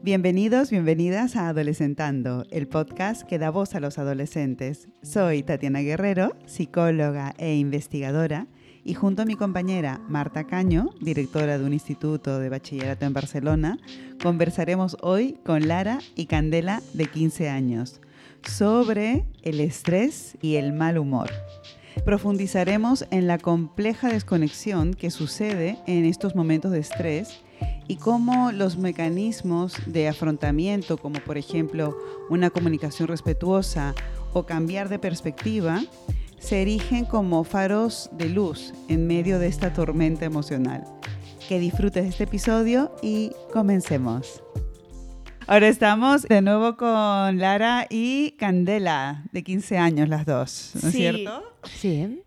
Bienvenidos, bienvenidas a Adolescentando, el podcast que da voz a los adolescentes. Soy Tatiana Guerrero, psicóloga e investigadora, y junto a mi compañera Marta Caño, directora de un instituto de bachillerato en Barcelona, conversaremos hoy con Lara y Candela, de 15 años, sobre el estrés y el mal humor. Profundizaremos en la compleja desconexión que sucede en estos momentos de estrés y cómo los mecanismos de afrontamiento, como por ejemplo una comunicación respetuosa o cambiar de perspectiva, se erigen como faros de luz en medio de esta tormenta emocional. Que disfrutes de este episodio y comencemos. Ahora estamos de nuevo con Lara y Candela, de 15 años las dos, ¿no es cierto? Sí.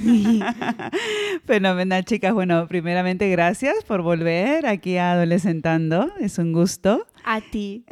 Fenomenal, chicas. Bueno, primeramente gracias por volver aquí a Adolescentando. Es un gusto. A ti.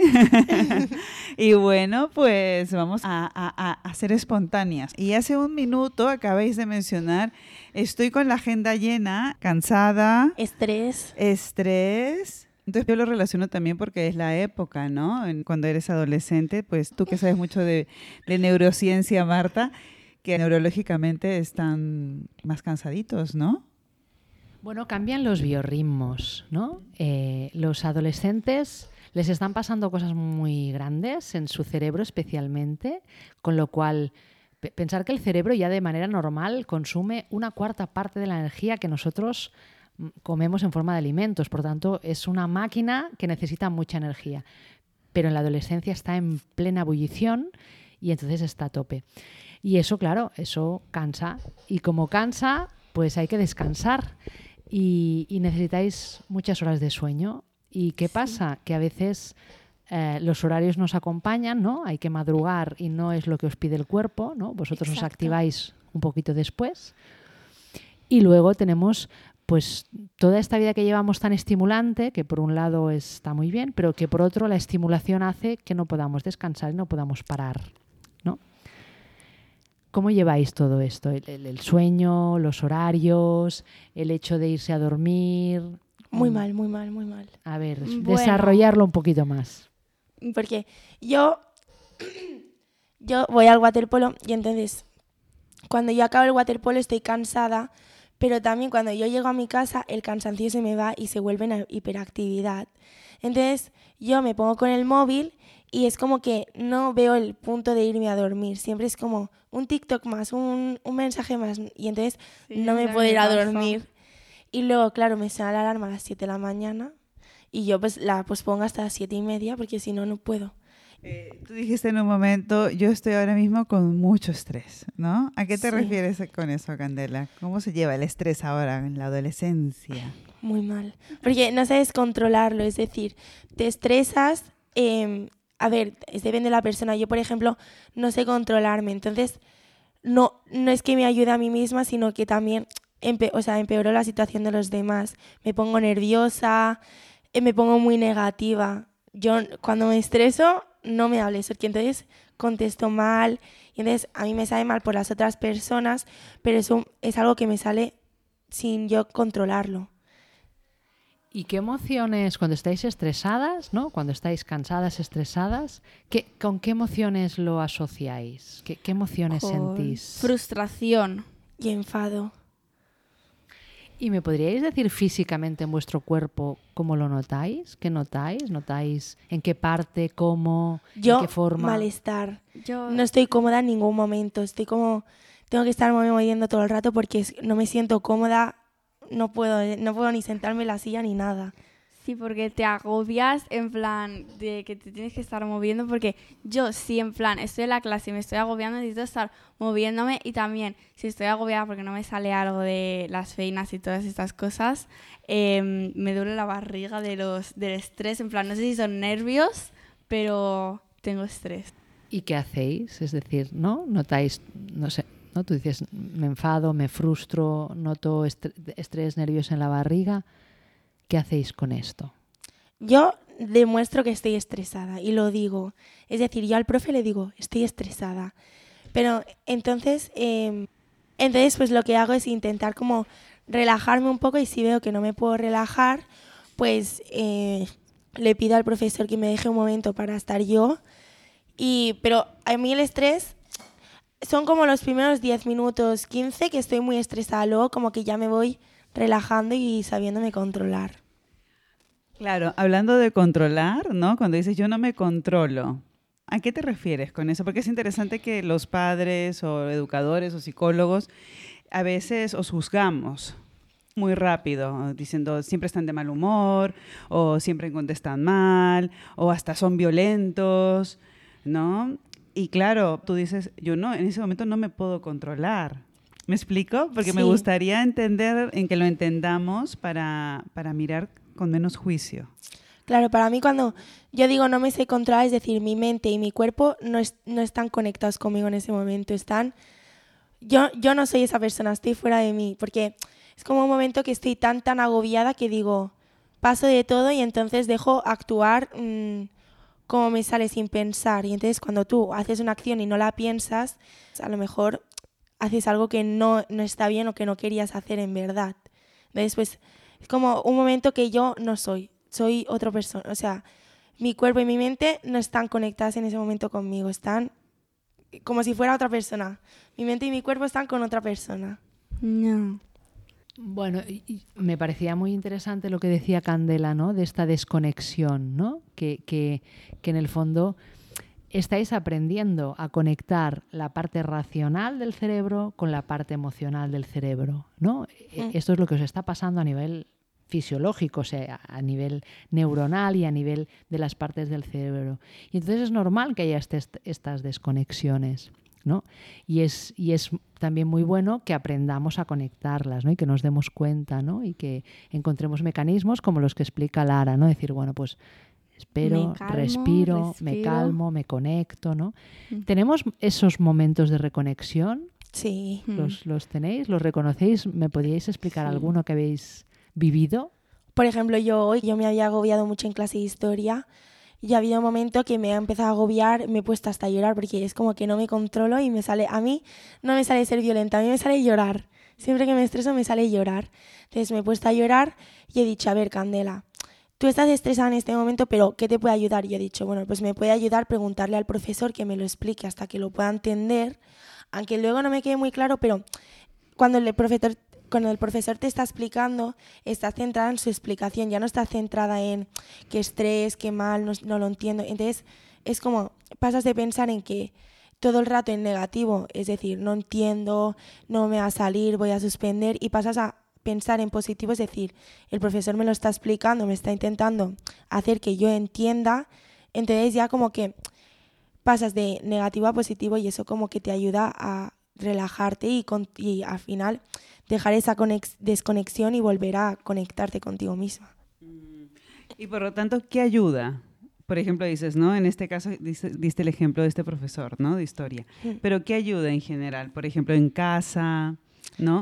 Y bueno, pues vamos a ser espontáneas. Y hace un minuto acabáis de mencionar, estoy con la agenda llena, cansada. Estrés. Entonces yo lo relaciono también porque es la época, ¿no? Cuando eres adolescente, pues tú que sabes mucho de neurociencia, Marta, que neurológicamente están más cansaditos, ¿no? Bueno, cambian los biorritmos, ¿no? Los adolescentes les están pasando cosas muy grandes en su cerebro especialmente, con lo cual pensar que el cerebro ya de manera normal consume 1/4 parte de la energía que nosotros comemos en forma de alimentos. Por tanto, es una máquina que necesita mucha energía. Pero en la adolescencia está en plena ebullición y entonces está a tope. Y eso, claro, eso cansa. Y como cansa, pues hay que descansar. Y necesitáis muchas horas de sueño. ¿Y qué pasa? Que a veces los horarios nos acompañan, ¿no? Hay que madrugar y no es lo que os pide el cuerpo, ¿no? Vosotros os activáis un poquito después. Y luego tenemos pues toda esta vida que llevamos tan estimulante, que por un lado está muy bien, pero que por otro la estimulación hace que no podamos descansar y no podamos parar, ¿no? ¿Cómo lleváis todo esto? El sueño, los horarios, el hecho de irse a dormir. Muy mal, muy mal, muy mal. A ver, Bueno, desarrollarlo un poquito más. Porque yo voy al waterpolo y entonces cuando yo acabo el waterpolo estoy cansada, pero también cuando yo llego a mi casa el cansancio se me va y se vuelve en hiperactividad. Entonces yo me pongo con el móvil y es como que no veo el punto de irme a dormir. Siempre es como un TikTok más, un mensaje más. Y entonces no me puedo ir a dormir. Y luego, claro, me suena la alarma a las 7 de la mañana y yo pues la pospongo hasta las 7:30 porque si no, no puedo. Tú dijiste en un momento, yo estoy ahora mismo con mucho estrés, ¿no? ¿A qué te Sí. refieres con eso, Candela? ¿Cómo se lleva el estrés ahora en la adolescencia? Muy mal. Porque no sabes controlarlo, es decir, te estresas. A ver, depende de la persona. Yo, por ejemplo, no sé controlarme. Entonces, no es que me ayude a mí misma, sino que también empeoró la situación de los demás. Me pongo nerviosa, me pongo muy negativa. Yo, cuando me estreso, no me hables, porque entonces contesto mal. Y entonces, a mí me sale mal por las otras personas, pero eso es algo que me sale sin yo controlarlo. ¿Y qué emociones, cuando estáis estresadas, ¿no? Cuando estáis cansadas, estresadas, con qué emociones lo asociáis? ¿Qué emociones sentís? Frustración. Y enfado. ¿Y me podríais decir físicamente en vuestro cuerpo cómo lo notáis? ¿Qué notáis? ¿Notáis en qué parte, cómo, Yo, en qué forma? malestar. No estoy cómoda en ningún momento. Estoy como... Tengo que estar moviendo todo el rato porque no me siento cómoda. No puedo ni sentarme en la silla ni nada. Sí, porque te agobias en plan de que te tienes que estar moviendo, porque yo sí, en plan, estoy en la clase y me estoy agobiando, necesito estar moviéndome, y también si estoy agobiada porque no me sale algo de las feinas y todas estas cosas, me duele la barriga del estrés, en plan, no sé si son nervios, pero tengo estrés. ¿Y qué hacéis? Es decir, ¿no? ¿Notáis, no sé, ¿no? Tú dices, me enfado, me frustro, noto estrés, nervios en la barriga. ¿Qué hacéis con esto? Yo demuestro que estoy estresada y lo digo. Es decir, yo al profe le digo, estoy estresada. Pero entonces pues lo que hago es intentar como relajarme un poco, y si veo que no me puedo relajar, pues le pido al profesor que me deje un momento para estar yo. Pero a mí el estrés son como los primeros 10 minutos, 15, que estoy muy estresada. Luego como que ya me voy relajando y sabiéndome controlar. Claro, hablando de controlar, ¿no? Cuando dices yo no me controlo, ¿a qué te refieres con eso? Porque es interesante que los padres o educadores o psicólogos a veces os juzgamos muy rápido, diciendo siempre están de mal humor o siempre contestan mal o hasta son violentos, ¿no? Y claro, tú dices, yo no, en ese momento no me puedo controlar. ¿Me explico? Porque me gustaría entender, en que lo entendamos para mirar con menos juicio. Claro, para mí cuando yo digo no me sé controlar, es decir, mi mente y mi cuerpo no están conectados conmigo en ese momento. Yo no soy esa persona, estoy fuera de mí, porque es como un momento que estoy tan agobiada que digo, paso de todo y entonces dejo actuar como me sale sin pensar. Y entonces cuando tú haces una acción y no la piensas, a lo mejor haces algo que no está bien o que no querías hacer en verdad. Entonces, pues, es como un momento que yo no soy otra persona. O sea, mi cuerpo y mi mente no están conectadas en ese momento conmigo, están como si fuera otra persona. Mi mente y mi cuerpo están con otra persona. No. Bueno, y me parecía muy interesante lo que decía Candela, ¿no? De esta desconexión, ¿no? Que en el fondo estáis aprendiendo a conectar la parte racional del cerebro con la parte emocional del cerebro, ¿no? Esto es lo que os está pasando a nivel fisiológico, o sea, a nivel neuronal y a nivel de las partes del cerebro. Y entonces es normal que haya estas desconexiones, ¿no? Y es también muy bueno que aprendamos a conectarlas, ¿no? Y que nos demos cuenta, ¿no? Y que encontremos mecanismos como los que explica Lara, ¿no? Decir, bueno, pues espero, respiro, me calmo, me conecto, ¿no? ¿Tenemos esos momentos de reconexión? Sí. ¿Los tenéis? ¿Los reconocéis? ¿Me podríais explicar alguno que habéis vivido? Por ejemplo, yo me había agobiado mucho en clase de historia y ha habido un momento que me ha empezado a agobiar, me he puesto hasta a llorar porque es como que no me controlo y a mí no me sale ser violenta, a mí me sale llorar. Siempre que me estreso me sale llorar. Entonces me he puesto a llorar y he dicho, a ver, Candela, tú estás estresada en este momento, pero ¿qué te puede ayudar? Y he dicho, bueno, pues me puede ayudar preguntarle al profesor que me lo explique hasta que lo pueda entender, aunque luego no me quede muy claro, pero cuando el profesor te está explicando, está centrada en su explicación, ya no está centrada en qué estrés, qué mal, no lo entiendo. Entonces es como, pasas de pensar en que todo el rato en negativo, es decir, no entiendo, no me va a salir, voy a suspender, y pasas a pensar en positivo, es decir, el profesor me lo está explicando, me está intentando hacer que yo entienda, entonces ya como que pasas de negativo a positivo y eso como que te ayuda a relajarte y al final dejar esa desconexión y volver a conectarte contigo misma. Y por lo tanto, ¿qué ayuda? Por ejemplo, dices, ¿no? En este caso diste el ejemplo de este profesor, ¿no? De historia. Pero ¿qué ayuda en general? Por ejemplo, en casa, ¿no?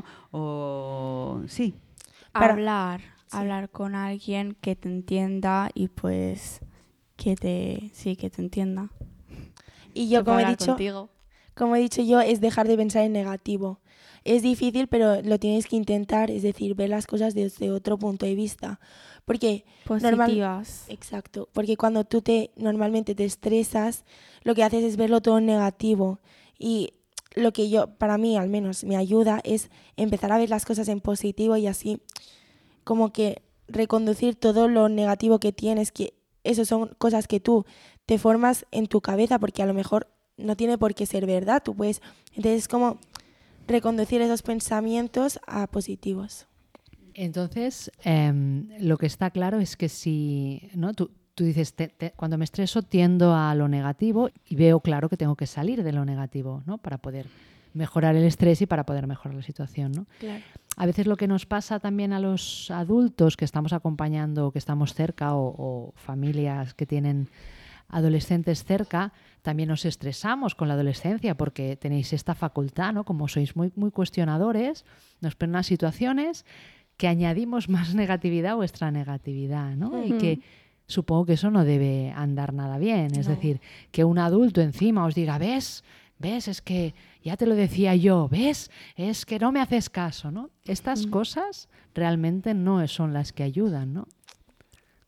O sí. Hablar con alguien que te entienda y pues que te entienda. Y yo, como he dicho yo, es dejar de pensar en negativo. Es difícil, pero lo tienes que intentar, es decir, ver las cosas desde otro punto de vista. Porque positivas. Exacto, porque cuando tú normalmente te estresas, lo que haces es verlo todo negativo. Y lo que para mí al menos, me ayuda es empezar a ver las cosas en positivo y así como que reconducir todo lo negativo que tienes, que eso son cosas que tú te formas en tu cabeza, porque a lo mejor no tiene por qué ser verdad. Entonces como reconducir esos pensamientos a positivos. Entonces, lo que está claro es que si, ¿no? Tú dices, cuando me estreso tiendo a lo negativo y veo claro que tengo que salir de lo negativo, ¿no? Para poder mejorar el estrés y para poder mejorar la situación, ¿no? Claro. A veces lo que nos pasa también a los adultos que estamos acompañando, que estamos cerca o familias que tienen adolescentes cerca, también nos estresamos con la adolescencia porque tenéis esta facultad, ¿no? Como sois muy, muy cuestionadores, nos ponen unas situaciones que añadimos más negatividad a vuestra negatividad, ¿no? Uh-huh. Y que supongo que eso no debe andar nada bien. Es decir, que un adulto encima os diga, ¿ves? Es que ya te lo decía yo, ¿ves? Es que no me haces caso, ¿no? Estas cosas realmente no son las que ayudan, ¿no?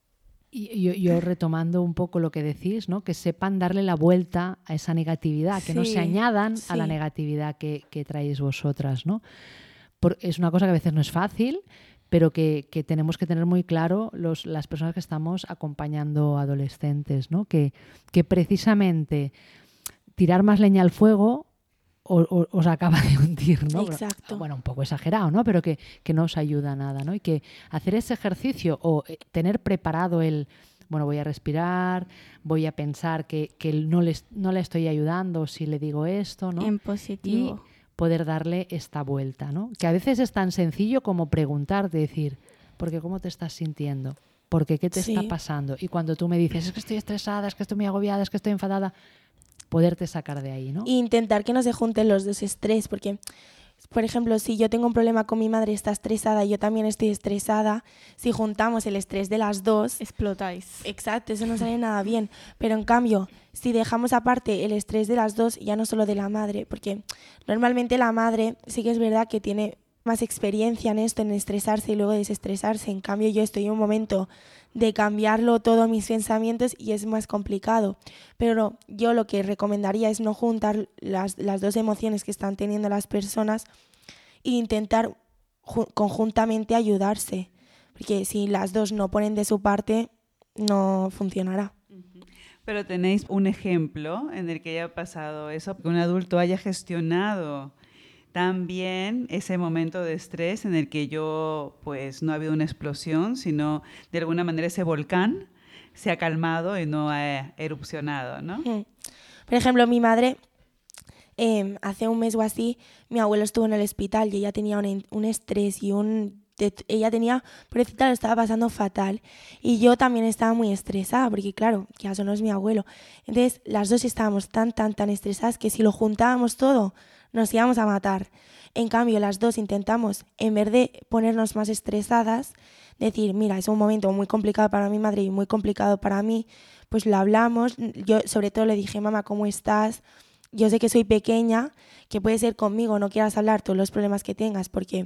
Y yo retomando un poco lo que decís, ¿no? Que sepan darle la vuelta a esa negatividad, que no se añadan a la negatividad que traéis vosotras, ¿no? Es una cosa que a veces no es fácil, pero que tenemos que tener muy claro las personas que estamos acompañando adolescentes, ¿no? Que precisamente tirar más leña al fuego os acaba de hundir, ¿no? Exacto. Bueno, un poco exagerado, ¿no? Pero que no os ayuda a nada, ¿no? Y que hacer ese ejercicio o tener preparado bueno, voy a respirar, voy a pensar que no le estoy ayudando si le digo esto, ¿no? En positivo. Y poder darle esta vuelta, ¿no? Que a veces es tan sencillo como preguntar, decir, ¿por qué cómo te estás sintiendo? ¿Por qué qué te está pasando? Y cuando tú me dices, es que estoy estresada, es que estoy muy agobiada, es que estoy enfadada, poderte sacar de ahí, ¿no? E intentar que no se junten los dos estrés, porque, por ejemplo, si yo tengo un problema con mi madre, está estresada y yo también estoy estresada, si juntamos el estrés de las dos... Explotáis. Exacto, eso no sale nada bien. Pero en cambio, si dejamos aparte el estrés de las dos, ya no solo de la madre, porque normalmente la madre sí que es verdad que tiene más experiencia en esto, en estresarse y luego desestresarse. En cambio, yo estoy en un momento de cambiarlo todo mis pensamientos y es más complicado. Pero yo lo que recomendaría es no juntar las dos emociones que están teniendo las personas e intentar conjuntamente ayudarse. Porque si las dos no ponen de su parte, no funcionará. Pero tenéis un ejemplo en el que haya pasado eso, que un adulto haya gestionado también ese momento de estrés en el que yo, pues, no ha habido una explosión, sino de alguna manera ese volcán se ha calmado y no ha erupcionado, ¿no? Por ejemplo, mi madre, hace un mes o así, mi abuelo estuvo en el hospital y ella tenía un estrés y ella tenía, pobrecita, lo estaba pasando fatal. Y yo también estaba muy estresada, porque claro, que eso no es mi abuelo. Entonces, las dos estábamos tan estresadas que si lo juntábamos todo, nos íbamos a matar. En cambio, las dos intentamos, en vez de ponernos más estresadas, decir, mira, es un momento muy complicado para mi madre y muy complicado para mí, pues lo hablamos. Yo sobre todo le dije, mamá, ¿cómo estás? Yo sé que soy pequeña, que puede ser conmigo, no quieras hablar todos los problemas que tengas, porque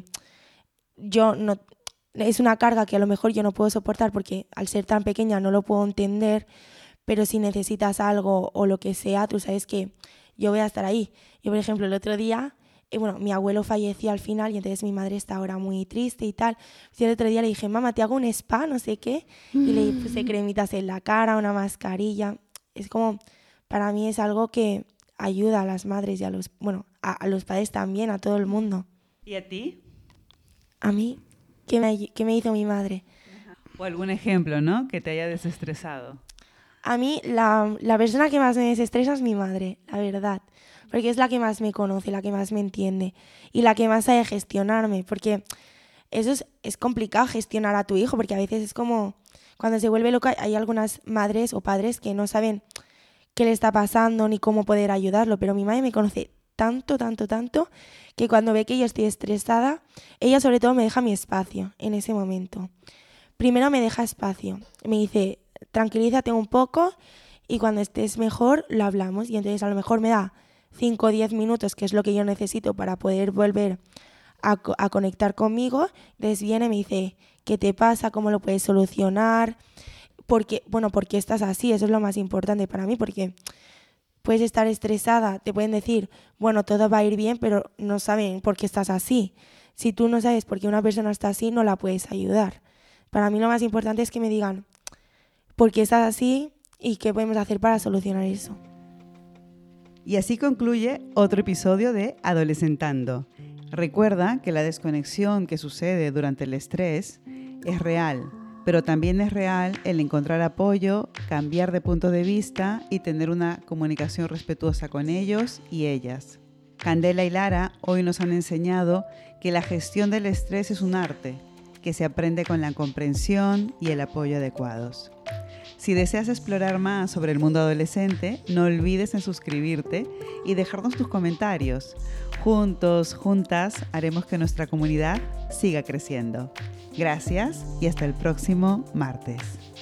yo no, es una carga que a lo mejor yo no puedo soportar porque al ser tan pequeña no lo puedo entender, pero si necesitas algo o lo que sea, tú sabes que yo voy a estar ahí. Yo, por ejemplo, el otro día, mi abuelo falleció al final y entonces mi madre está ahora muy triste y tal. Yo el otro día le dije, mamá, te hago un spa, no sé qué, y le puse cremitas en la cara, una mascarilla. Es como, para mí es algo que ayuda a las madres y a los padres también, a todo el mundo. ¿Y a ti? A mí, ¿qué me hizo mi madre? O algún ejemplo, ¿no? Que te haya desestresado. A mí, la persona que más me desestresa es mi madre, la verdad. Porque es la que más me conoce, la que más me entiende y la que más sabe gestionarme. Porque eso es complicado gestionar a tu hijo, porque a veces es como cuando se vuelve loca, hay algunas madres o padres que no saben qué le está pasando ni cómo poder ayudarlo. Pero mi madre me conoce tanto, que cuando ve que yo estoy estresada, ella sobre todo me deja mi espacio en ese momento. Primero me deja espacio, me dice, tranquilízate un poco y cuando estés mejor lo hablamos. Y entonces a lo mejor me da 5 o 10 minutos, que es lo que yo necesito para poder volver a conectar conmigo. Entonces viene y me dice, ¿qué te pasa? ¿Cómo lo puedes solucionar? ¿Por qué estás así? Eso es lo más importante para mí, porque puedes estar estresada, te pueden decir, bueno, todo va a ir bien, pero no saben por qué estás así. Si tú no sabes por qué una persona está así, no la puedes ayudar. Para mí lo más importante es que me digan por qué estás así y qué podemos hacer para solucionar eso. Y así concluye otro episodio de Adolescentando. Recuerda que la desconexión que sucede durante el estrés es real, pero también es real el encontrar apoyo, cambiar de punto de vista y tener una comunicación respetuosa con ellos y ellas. Candela y Lara hoy nos han enseñado que la gestión del estrés es un arte, que se aprende con la comprensión y el apoyo adecuados. Si deseas explorar más sobre el mundo adolescente, no olvides en suscribirte y dejarnos tus comentarios. Juntos, juntas, haremos que nuestra comunidad siga creciendo. Gracias y hasta el próximo martes.